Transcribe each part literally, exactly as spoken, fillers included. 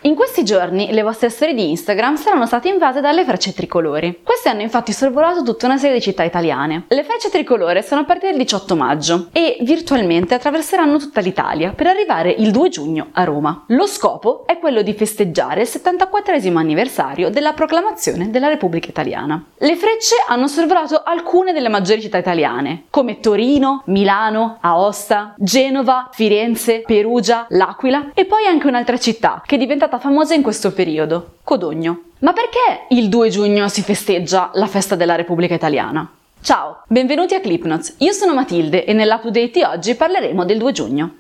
In questi giorni le vostre storie di Instagram saranno state invase dalle frecce tricolori. Queste hanno infatti sorvolato tutta una serie di città italiane. Le frecce tricolore sono partite il diciotto maggio e virtualmente attraverseranno tutta l'Italia per arrivare il due giugno a Roma. Lo scopo è quello di festeggiare il settantaquattresimo anniversario della proclamazione della Repubblica Italiana. Le frecce hanno sorvolato alcune delle maggiori città italiane, come Torino, Milano, Aosta, Genova, Firenze, Perugia, L'Aquila e poi anche un'altra città che è diventata famosa in questo periodo, Codogno. Ma perché il due giugno si festeggia la festa della Repubblica Italiana? Ciao, benvenuti a ClipNotes, io sono Matilde e nell'update di oggi parleremo del due giugno.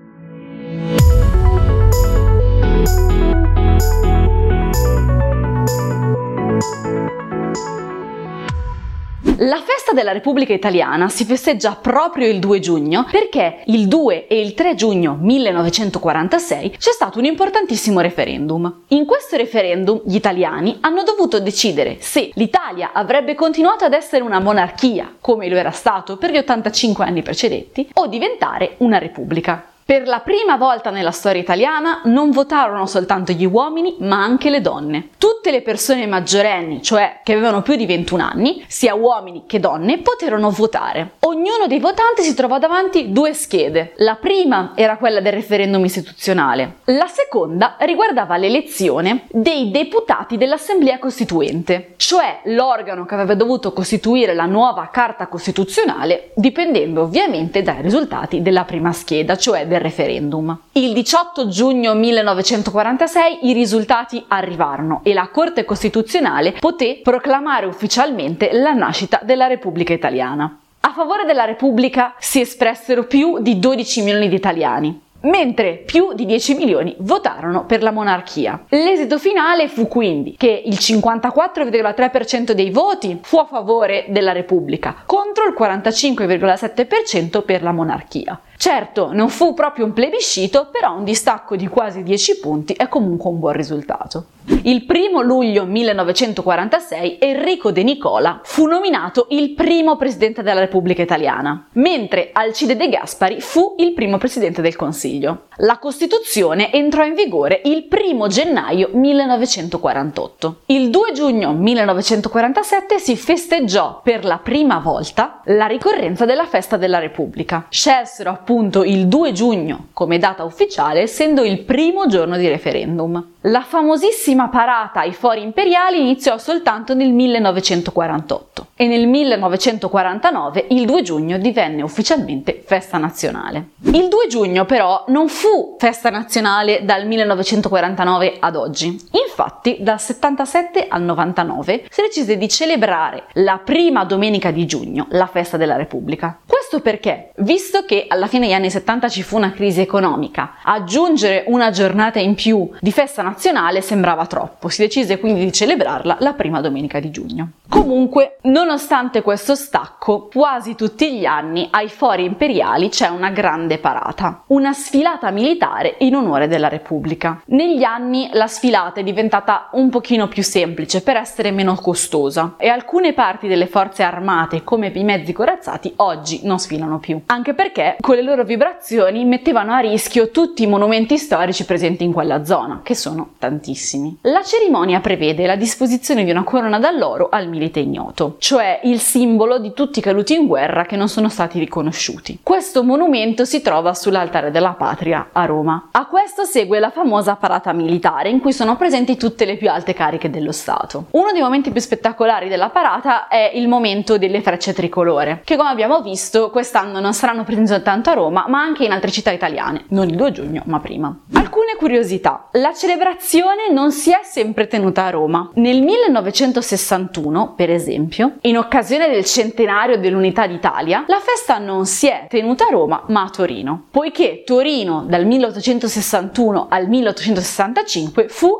La festa della Repubblica Italiana si festeggia proprio il due giugno perché il due e il tre giugno millenovecentoquarantasei c'è stato un importantissimo referendum. In questo referendum gli italiani hanno dovuto decidere se l'Italia avrebbe continuato ad essere una monarchia, come lo era stato per gli ottantacinque anni precedenti, o diventare una repubblica. Per la prima volta nella storia italiana non votarono soltanto gli uomini, ma anche le donne. Tutte le persone maggiorenni, cioè che avevano più di ventuno anni, sia uomini che donne, poterono votare. Ognuno dei votanti si trovò davanti due schede. La prima era quella del referendum istituzionale. La seconda riguardava l'elezione dei deputati dell'Assemblea Costituente, cioè l'organo che avrebbe dovuto costituire la nuova Carta Costituzionale, dipendendo ovviamente dai risultati della prima scheda, cioè del referendum. Il diciotto giugno millenovecentoquarantasei i risultati arrivarono e la Corte Costituzionale poté proclamare ufficialmente la nascita della Repubblica Italiana. A favore della Repubblica si espressero più di dodici milioni di italiani, mentre più di dieci milioni votarono per la monarchia. L'esito finale fu quindi che il cinquantaquattro virgola tre per cento dei voti fu a favore della Repubblica, contro il quarantacinque virgola sette per cento per la monarchia. Certo, non fu proprio un plebiscito, però un distacco di quasi dieci punti è comunque un buon risultato. Il primo luglio millenovecentoquarantasei Enrico De Nicola fu nominato il primo presidente della Repubblica Italiana, mentre Alcide De Gasperi fu il primo presidente del Consiglio. La Costituzione entrò in vigore il primo gennaio millenovecentoquarantotto. Il due giugno millenovecentoquarantasette si festeggiò per la prima volta la ricorrenza della festa della Repubblica. Scelsero appunto il due giugno come data ufficiale, essendo il primo giorno di referendum. La famosissima parata ai Fori Imperiali iniziò soltanto nel millenovecentoquarantotto e nel millenovecentoquarantanove il due giugno divenne ufficialmente festa nazionale. Il due giugno però non fu festa nazionale dal millenovecentoquarantanove ad oggi. Infatti dal settantasette al novantanove si decise di celebrare la prima domenica di giugno, la festa della Repubblica. Questo perché, visto che alla fine degli anni settanta ci fu una crisi economica, aggiungere una giornata in più di festa nazionale sembrava troppo, si decise quindi di celebrarla la prima domenica di giugno. Comunque, nonostante questo stacco, quasi tutti gli anni ai Fori Imperiali c'è una grande parata, una sfilata militare in onore della Repubblica. Negli anni la sfilata è diventata un pochino più semplice per essere meno costosa e alcune parti delle forze armate, come i mezzi corazzati, oggi non sfilano più, anche perché con le loro vibrazioni mettevano a rischio tutti i monumenti storici presenti in quella zona, che sono tantissimi. La cerimonia prevede la disposizione di una corona d'alloro al milite ignoto, cioè il simbolo di tutti i caduti in guerra che non sono stati riconosciuti. Questo monumento si trova sull'Altare della Patria a Roma. A questo segue la famosa parata militare in cui sono presenti tutte le più alte cariche dello Stato. Uno dei momenti più spettacolari della parata è il momento delle frecce tricolore, che come abbiamo visto quest'anno non saranno presenti soltanto a Roma ma anche in altre città italiane, non il due giugno ma prima. Alcune curiosità: la celebrazione non si è sempre tenuta a Roma. Nel millenovecentosessantuno, per esempio, in occasione del centenario dell'Unità d'Italia, la festa non si è tenuta a Roma ma a Torino, poiché Torino dal milleottocentosessantuno al milleottocentosessantacinque fu la prima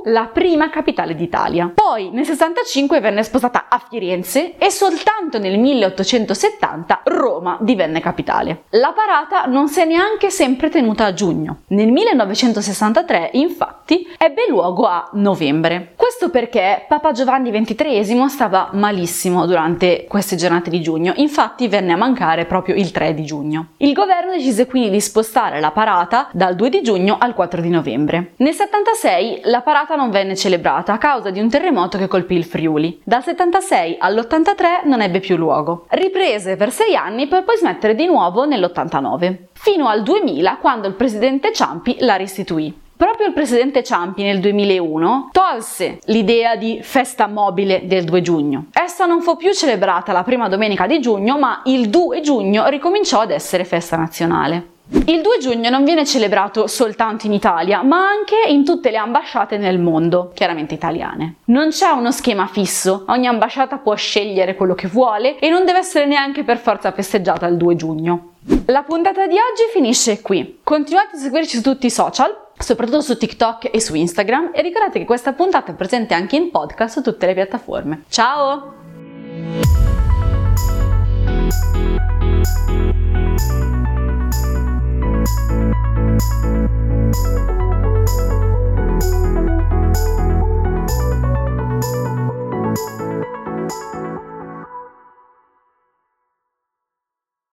prima capitale d'Italia. Poi nel sessantacinque venne spostata a Firenze e soltanto nel milleottocentosettanta Roma divenne capitale. La parata non si è neanche sempre tenuta a giugno. Nel millenovecentosessantatré, infatti, ebbe luogo a novembre. Questo perché Papa Giovanni ventitreesimo stava malissimo durante queste giornate di giugno, infatti venne a mancare proprio il tre di giugno. Il governo decise quindi di spostare la parata dal due di giugno al quattro di novembre. Nel settantasei la parata non venne celebrata a causa di un terremoto che colpì il Friuli. Dal settantasei all'ottantatré non ebbe più luogo. Riprese per sei anni per poi smettere di nuovo nell'ottantanove, fino al duemila, quando il presidente Ciampi la restituì. Proprio il presidente Ciampi nel duemilauno tolse l'idea di festa mobile del due giugno. Essa non fu più celebrata la prima domenica di giugno, ma il due giugno ricominciò ad essere festa nazionale. Il due giugno non viene celebrato soltanto in Italia, ma anche in tutte le ambasciate nel mondo, chiaramente italiane. Non c'è uno schema fisso, ogni ambasciata può scegliere quello che vuole e non deve essere neanche per forza festeggiata il due giugno. La puntata di oggi finisce qui. Continuate a seguirci su tutti i social, soprattutto su TikTok e su Instagram, e ricordate che questa puntata è presente anche in podcast su tutte le piattaforme. Ciao!